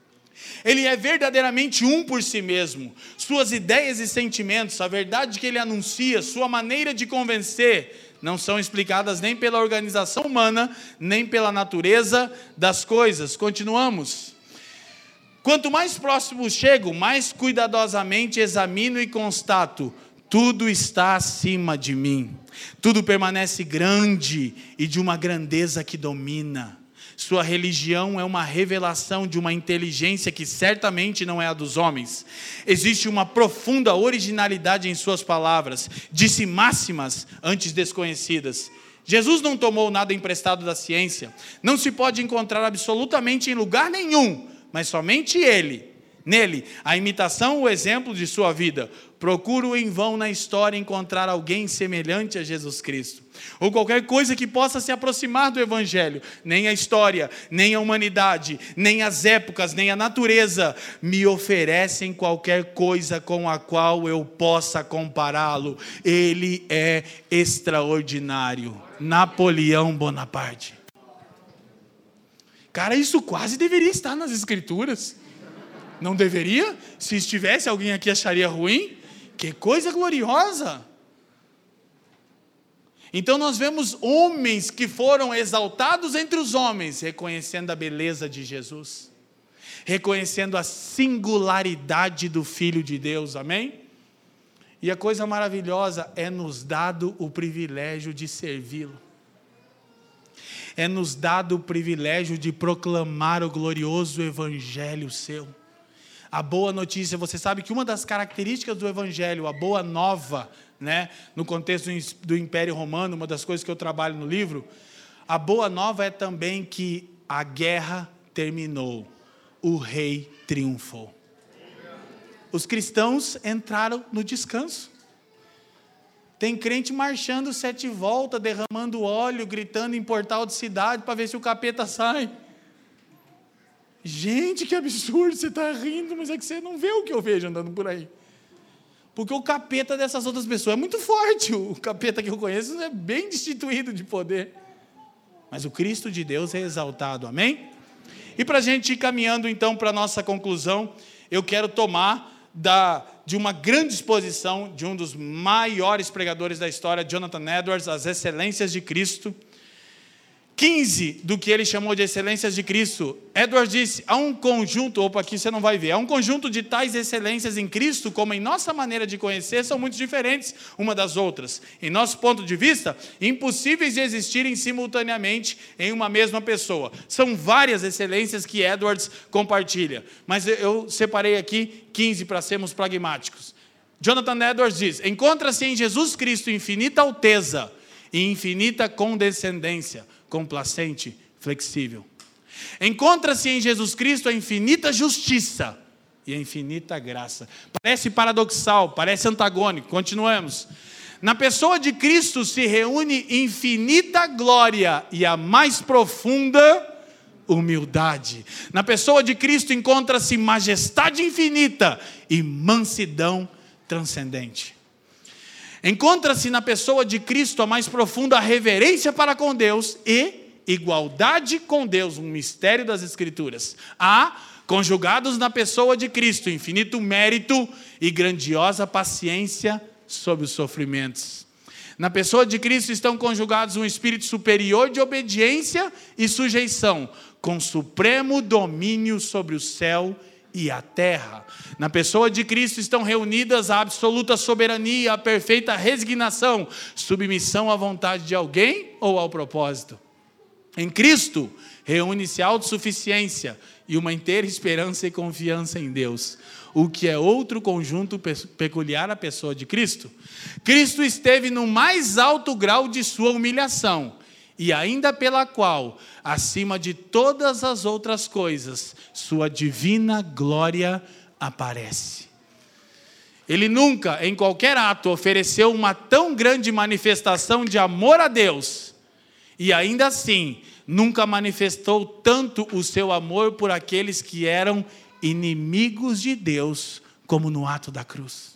Speaker 2: Ele é verdadeiramente um por si mesmo. Suas ideias e sentimentos, a verdade que ele anuncia, sua maneira de convencer, não são explicadas nem pela organização humana, nem pela natureza das coisas. Continuamos. Quanto mais próximo chego, mais cuidadosamente examino e constato, tudo está acima de mim. Tudo permanece grande e de uma grandeza que domina. Sua religião é uma revelação de uma inteligência que certamente não é a dos homens. Existe uma profunda originalidade em suas palavras, disse máximas antes desconhecidas. Jesus não tomou nada emprestado da ciência. Não se pode encontrar absolutamente em lugar nenhum, mas somente ele, nele, a imitação, o exemplo de sua vida. Procuro em vão na história encontrar alguém semelhante a Jesus Cristo, ou qualquer coisa que possa se aproximar do Evangelho. Nem a história, nem a humanidade, nem as épocas, nem a natureza me oferecem qualquer coisa com a qual eu possa compará-lo. Ele é extraordinário. Napoleão Bonaparte. Cara, isso quase deveria estar nas Escrituras. Não deveria? Se estivesse, alguém aqui acharia ruim? Que coisa gloriosa! Então nós vemos homens que foram exaltados entre os homens, reconhecendo a beleza de Jesus, reconhecendo a singularidade do Filho de Deus, amém? E a coisa maravilhosa é nos dado o privilégio de servi-lo. É nos dado o privilégio de proclamar o glorioso Evangelho seu. A boa notícia, você sabe que uma das características do Evangelho, a boa nova, né, no contexto do Império Romano, uma das coisas que eu trabalho no livro, a boa nova é também que a guerra terminou, o rei triunfou. Os cristãos entraram no descanso. Tem crente marchando sete voltas, derramando óleo, gritando em portal de cidade para ver se o capeta sai. Gente, que absurdo, você está rindo, mas é que você não vê o que eu vejo andando por aí. Porque o capeta dessas outras pessoas é muito forte. O capeta que eu conheço é bem destituído de poder. Mas o Cristo de Deus é exaltado, amém? E para a gente ir caminhando então para a nossa conclusão, eu quero tomar da, de uma grande exposição de um dos maiores pregadores da história, Jonathan Edwards, As Excelências de Cristo, quinze do que ele chamou de excelências de Cristo. Edwards disse, há um conjunto, opa, aqui você não vai ver, há um conjunto de tais excelências em Cristo, como em nossa maneira de conhecer, são muito diferentes uma das outras. Em nosso ponto de vista, impossíveis de existirem simultaneamente em uma mesma pessoa. São várias excelências que Edwards compartilha, mas eu separei aqui quinze para sermos pragmáticos. Jonathan Edwards diz, encontra-se em Jesus Cristo infinita alteza e infinita condescendência, complacente, flexível. Encontra-se em Jesus Cristo a infinita justiça e a infinita graça. Parece paradoxal, parece antagônico. Continuamos. Na pessoa de Cristo se reúne infinita glória e a mais profunda humildade. Na pessoa de Cristo encontra-se majestade infinita e mansidão transcendente. Encontra-se na pessoa de Cristo a mais profunda reverência para com Deus e igualdade com Deus, um mistério das Escrituras. Há, conjugados na pessoa de Cristo, infinito mérito e grandiosa paciência sobre os sofrimentos. Na pessoa de Cristo estão conjugados um espírito superior de obediência e sujeição, com supremo domínio sobre o céu e a terra. Na pessoa de Cristo estão reunidas a absoluta soberania, a perfeita resignação, submissão à vontade de alguém ou ao propósito. Em Cristo, reúne-se a autossuficiência e uma inteira esperança e confiança em Deus, o que é outro conjunto peculiar à pessoa de Cristo. Cristo esteve no mais alto grau de sua humilhação, e ainda pela qual, acima de todas as outras coisas, sua divina glória aparece. Ele nunca, em qualquer ato, ofereceu uma tão grande manifestação de amor a Deus, e ainda assim, nunca manifestou tanto o seu amor por aqueles que eram inimigos de Deus, como no ato da cruz.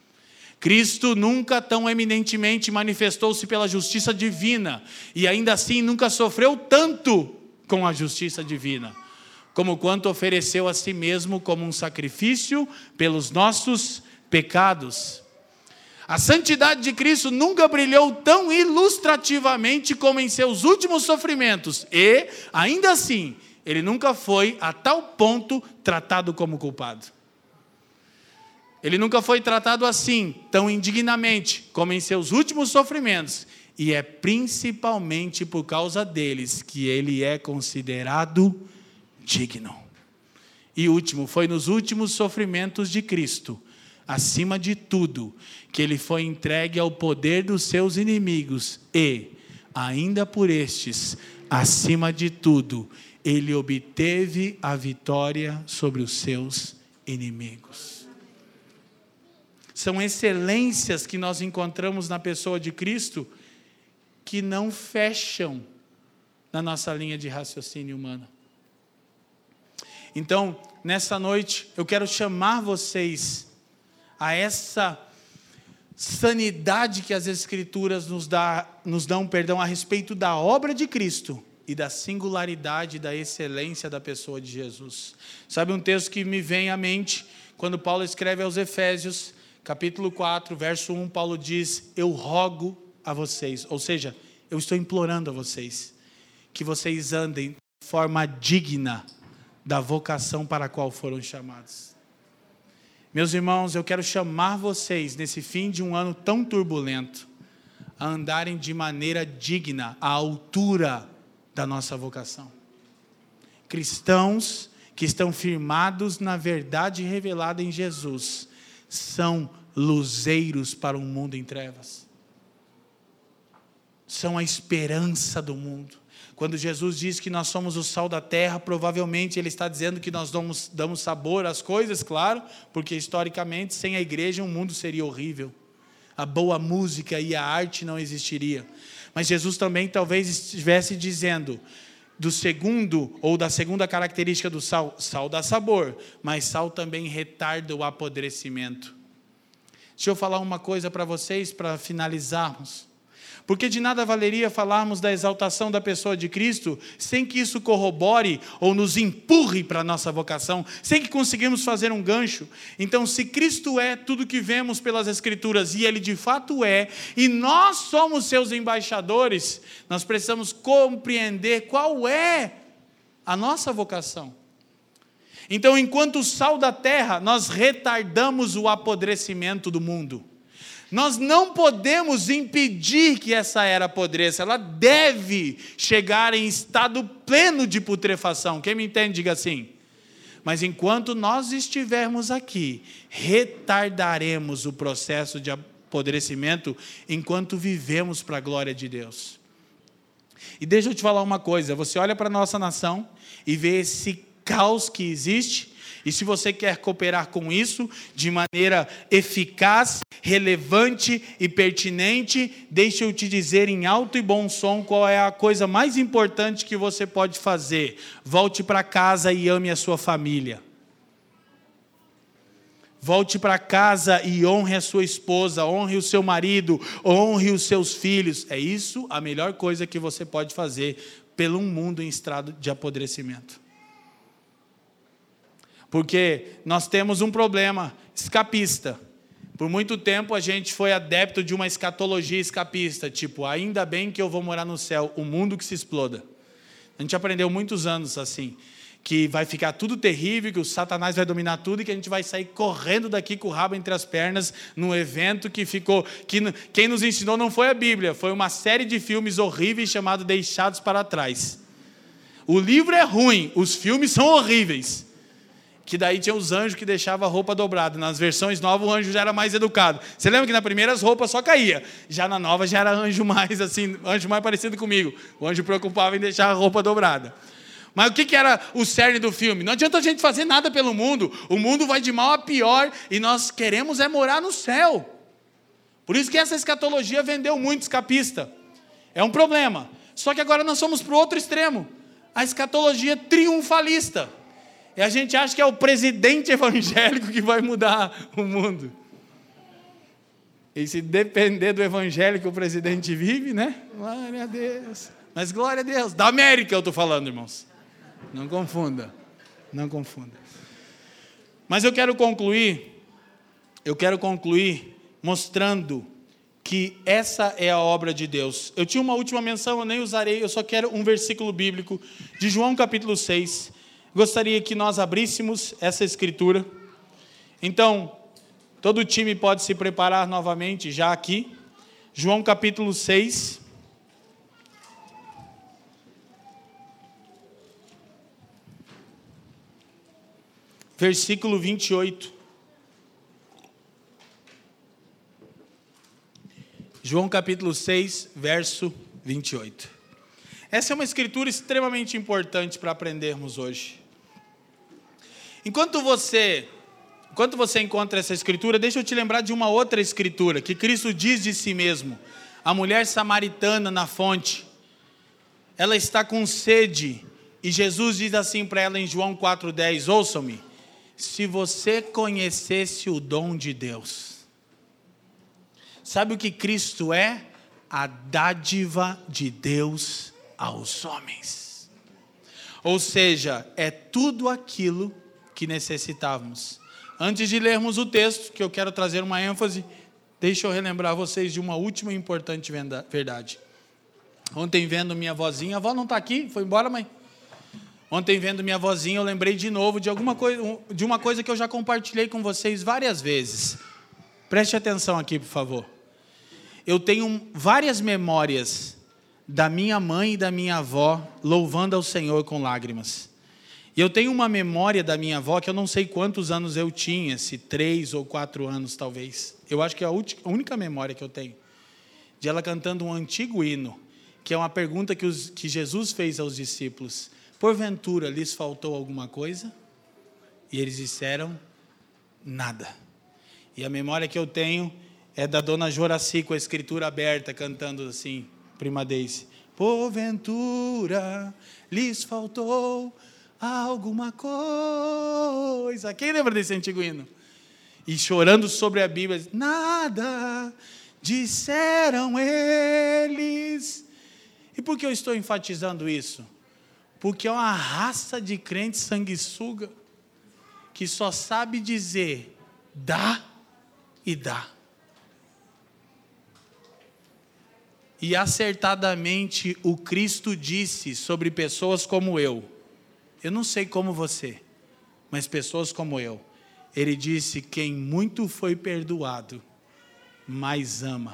Speaker 2: Cristo nunca tão eminentemente manifestou-se pela justiça divina, e ainda assim nunca sofreu tanto com a justiça divina, como quanto ofereceu a si mesmo como um sacrifício pelos nossos pecados. A santidade de Cristo nunca brilhou tão ilustrativamente como em seus últimos sofrimentos, e, ainda assim, ele nunca foi a tal ponto tratado como culpado. Ele nunca foi tratado assim, tão indignamente, como em seus últimos sofrimentos. E é principalmente por causa deles que ele é considerado digno. E último, foi nos últimos sofrimentos de Cristo, acima de tudo, que ele foi entregue ao poder dos seus inimigos. E, ainda por estes, acima de tudo, ele obteve a vitória sobre os seus inimigos. São excelências que nós encontramos na pessoa de Cristo que não fecham na nossa linha de raciocínio humano. Então, nessa noite, eu quero chamar vocês a essa sanidade que as Escrituras nos, dá, nos dão perdão, a respeito da obra de Cristo e da singularidade, da excelência da pessoa de Jesus. Sabe um texto que me vem à mente, quando Paulo escreve aos Efésios, capítulo quatro, verso um, Paulo diz, eu rogo a vocês, ou seja, eu estou implorando a vocês, que vocês andem de forma digna da vocação para a qual foram chamados. Meus irmãos, eu quero chamar vocês, nesse fim de um ano tão turbulento, a andarem de maneira digna, à altura da nossa vocação. Cristãos que estão firmados na verdade revelada em Jesus, são luzeiros para um mundo em trevas. São a esperança do mundo. Quando Jesus diz que nós somos o sal da terra, provavelmente Ele está dizendo que nós damos, damos sabor às coisas, claro, porque historicamente, sem a igreja, o mundo seria horrível. A boa música e a arte não existiria. Mas Jesus também talvez estivesse dizendo, do segundo, ou da segunda característica do sal, sal dá sabor, mas sal também retarda o apodrecimento. Deixa eu falar uma coisa para vocês, para finalizarmos. Porque de nada valeria falarmos da exaltação da pessoa de Cristo sem que isso corrobore ou nos empurre para a nossa vocação, sem que conseguimos fazer um gancho. Então, se Cristo é tudo que vemos pelas Escrituras, e Ele de fato é, e nós somos seus embaixadores, nós precisamos compreender qual é a nossa vocação. Então, enquanto sal da terra, nós retardamos o apodrecimento do mundo. Nós não podemos impedir que essa era apodreça, ela deve chegar em estado pleno de putrefação. Quem me entende, diga assim. Mas enquanto nós estivermos aqui, retardaremos o processo de apodrecimento enquanto vivemos para a glória de Deus. E deixa eu te falar uma coisa, você olha para a nossa nação e vê esse caos que existe, e se você quer cooperar com isso de maneira eficaz, relevante e pertinente, deixa eu te dizer em alto e bom som qual é a coisa mais importante que você pode fazer. Volte para casa e ame a sua família. Volte para casa e honre a sua esposa, honre o seu marido, honre os seus filhos. É isso a melhor coisa que você pode fazer pelo mundo em estado de apodrecimento. Porque nós temos um problema escapista. Por muito tempo a gente foi adepto de uma escatologia escapista, tipo, ainda bem que eu vou morar no céu, o mundo que se exploda. A gente aprendeu muitos anos assim, que vai ficar tudo terrível, que o Satanás vai dominar tudo e que a gente vai sair correndo daqui com o rabo entre as pernas num evento que ficou... que quem nos ensinou não foi a Bíblia, foi uma série de filmes horríveis chamado Deixados para Trás. O livro é ruim, os filmes são horríveis. Que daí tinha os anjos que deixavam a roupa dobrada. Nas versões novas o anjo já era mais educado. Você lembra que na primeira as roupas só caía. Já na nova já era anjo mais assim, anjo mais parecido comigo. O anjo preocupava em deixar a roupa dobrada. Mas o que, que era o cerne do filme? Não adianta a gente fazer nada pelo mundo. O mundo vai de mal a pior e nós queremos é morar no céu. Por isso que essa escatologia vendeu muito escapista. É um problema. Só que agora nós somos para o outro extremo. A escatologia triunfalista. E a gente acha que é o presidente evangélico que vai mudar o mundo. E se depender do evangelho que o presidente vive, né? Glória a Deus. Mas glória a Deus. Da América eu estou falando, irmãos. Não confunda. Não confunda. Mas eu quero concluir, eu quero concluir mostrando que essa é a obra de Deus. Eu tinha uma última menção, eu nem usarei, eu só quero um versículo bíblico de João capítulo seis. Gostaria que nós abríssemos essa escritura. Então, todo o time pode se preparar novamente já aqui. João capítulo seis. Versículo vinte e oito. João capítulo seis, verso vinte e oito. Essa é uma escritura extremamente importante para aprendermos hoje. Enquanto você, enquanto você encontra essa escritura, deixa eu te lembrar de uma outra escritura, que Cristo diz de si mesmo. A mulher samaritana na fonte, ela está com sede, e Jesus diz assim para ela em João quatro, dez, ouçam-me, se você conhecesse o dom de Deus. Sabe o que Cristo é? A dádiva de Deus aos homens. Ou seja, é tudo aquilo que necessitávamos. Antes de lermos o texto, que eu quero trazer uma ênfase, deixa eu relembrar vocês de uma última e importante verdade. Ontem vendo minha vozinha, a avó não está aqui, foi embora, mãe? Ontem vendo minha vozinha, eu lembrei de novo de, alguma coisa, de uma coisa que eu já compartilhei com vocês várias vezes. Preste atenção aqui, por favor. Eu tenho várias memórias da minha mãe e da minha avó louvando ao Senhor com lágrimas. E eu tenho uma memória da minha avó que eu não sei quantos anos eu tinha, se três ou quatro anos talvez. Eu acho que é a única memória que eu tenho. De ela cantando um antigo hino, que é uma pergunta que, os, que Jesus fez aos discípulos. Porventura lhes faltou alguma coisa? E eles disseram, nada. E a memória que eu tenho é da dona Joraci com a escritura aberta, cantando assim, Prima Daisy. Porventura lhes faltou alguma coisa. Quem lembra desse antigo hino? E chorando sobre a Bíblia, nada, disseram eles. E por que eu estou enfatizando isso? Porque é uma raça de crentes sanguessuga que só sabe dizer dá e dá. E acertadamente o Cristo disse sobre pessoas como eu, eu não sei como você, mas pessoas como eu, ele disse: quem muito foi perdoado, mais ama.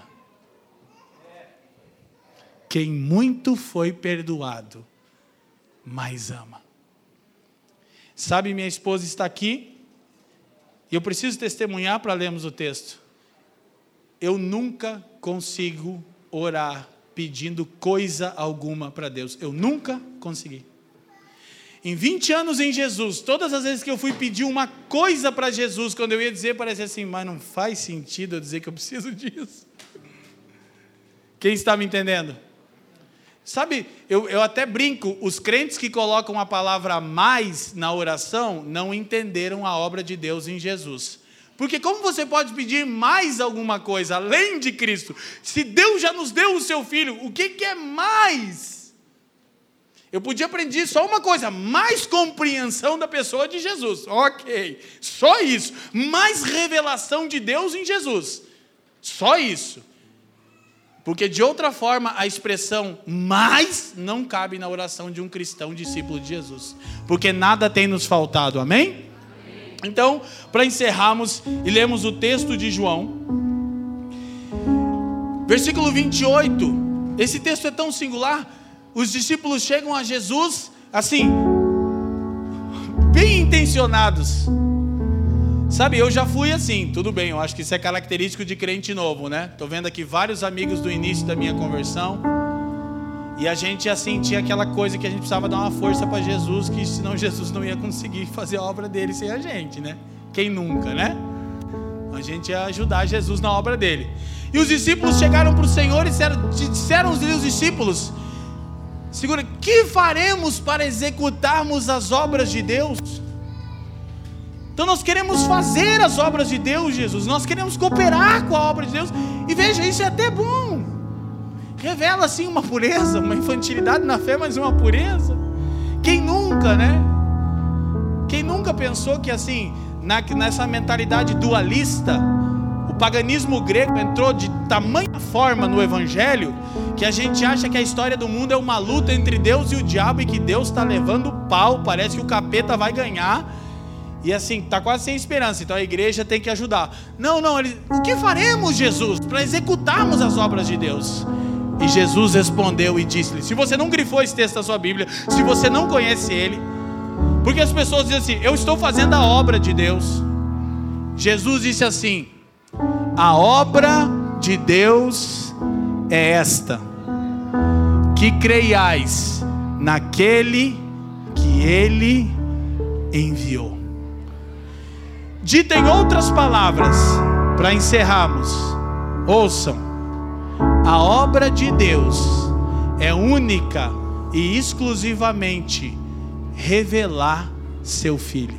Speaker 2: Quem muito foi perdoado, mais ama. Sabe, minha esposa está aqui, e eu preciso testemunhar para lermos o texto. Eu nunca consigo orar pedindo coisa alguma para Deus. Eu nunca consegui. Em vinte anos em Jesus, todas as vezes que eu fui pedir uma coisa para Jesus, quando eu ia dizer, parecia assim, mas não faz sentido eu dizer que eu preciso disso. Quem está me entendendo? Sabe, eu, eu até brinco, os crentes que colocam a palavra mais na oração, não entenderam a obra de Deus em Jesus. Porque como você pode pedir mais alguma coisa, além de Cristo? Se Deus já nos deu o seu Filho, o que, que é mais? Eu podia aprender só uma coisa, mais compreensão da pessoa de Jesus. Ok, só isso. Mais revelação de Deus em Jesus. Só isso. Porque de outra forma, a expressão mais não cabe na oração de um cristão discípulo de Jesus. Porque nada tem nos faltado, amém? Então, para encerrarmos e lermos o texto de João, versículo vinte e oito, esse texto é tão singular, os discípulos chegam a Jesus, assim, bem intencionados. Sabe, eu já fui assim, tudo bem, eu acho que isso é característico de crente novo, né? Estou vendo aqui vários amigos do início da minha conversão, e a gente assim tinha aquela coisa que a gente precisava dar uma força para Jesus, que senão Jesus não ia conseguir fazer a obra dele sem a gente, né? Quem nunca, né? A gente ia ajudar Jesus na obra dele. E os discípulos chegaram para o Senhor e disseram, disseram os discípulos, segura, que faremos para executarmos as obras de Deus? Então nós queremos fazer as obras de Deus, Jesus, nós queremos cooperar com a obra de Deus, e veja, isso é até bom. Revela assim uma pureza, uma infantilidade na fé, mas uma pureza. Quem nunca, né? Quem nunca pensou que assim, na, nessa mentalidade dualista, o paganismo grego entrou de tamanha forma no Evangelho, que a gente acha que a história do mundo é uma luta entre Deus e o diabo, e que Deus está levando pau, parece que o capeta vai ganhar, e assim, está quase sem esperança, então a igreja tem que ajudar. Não, não, ele, o que faremos, Jesus, para executarmos as obras de Deus? E Jesus respondeu e disse-lhe, se você não grifou esse texto da sua Bíblia, se você não conhece ele, porque as pessoas dizem assim, eu estou fazendo a obra de Deus. Jesus disse assim, a obra de Deus é esta, que creiais naquele que ele enviou. Dito em outras palavras, para encerrarmos, ouçam, a obra de Deus é única e exclusivamente revelar seu Filho.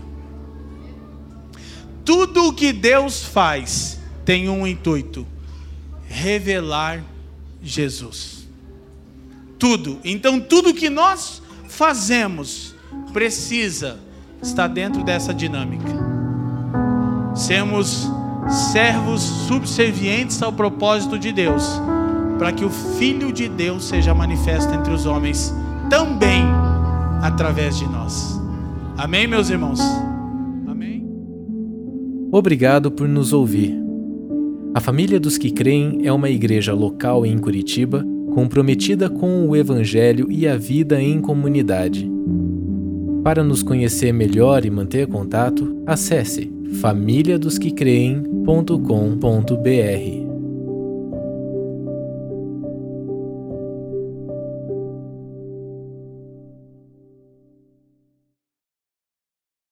Speaker 2: Tudo o que Deus faz tem um intuito: revelar Jesus. Tudo. Então tudo que nós fazemos precisa estar dentro dessa dinâmica. Sermos servos subservientes ao propósito de Deus, para que o Filho de Deus seja manifesto entre os homens, também através de nós. Amém, meus irmãos? Amém?
Speaker 1: Obrigado por nos ouvir. A Família dos que Creem é uma igreja local em Curitiba, comprometida com o Evangelho e a vida em comunidade. Para nos conhecer melhor e manter contato, acesse família dos que creem ponto com ponto br.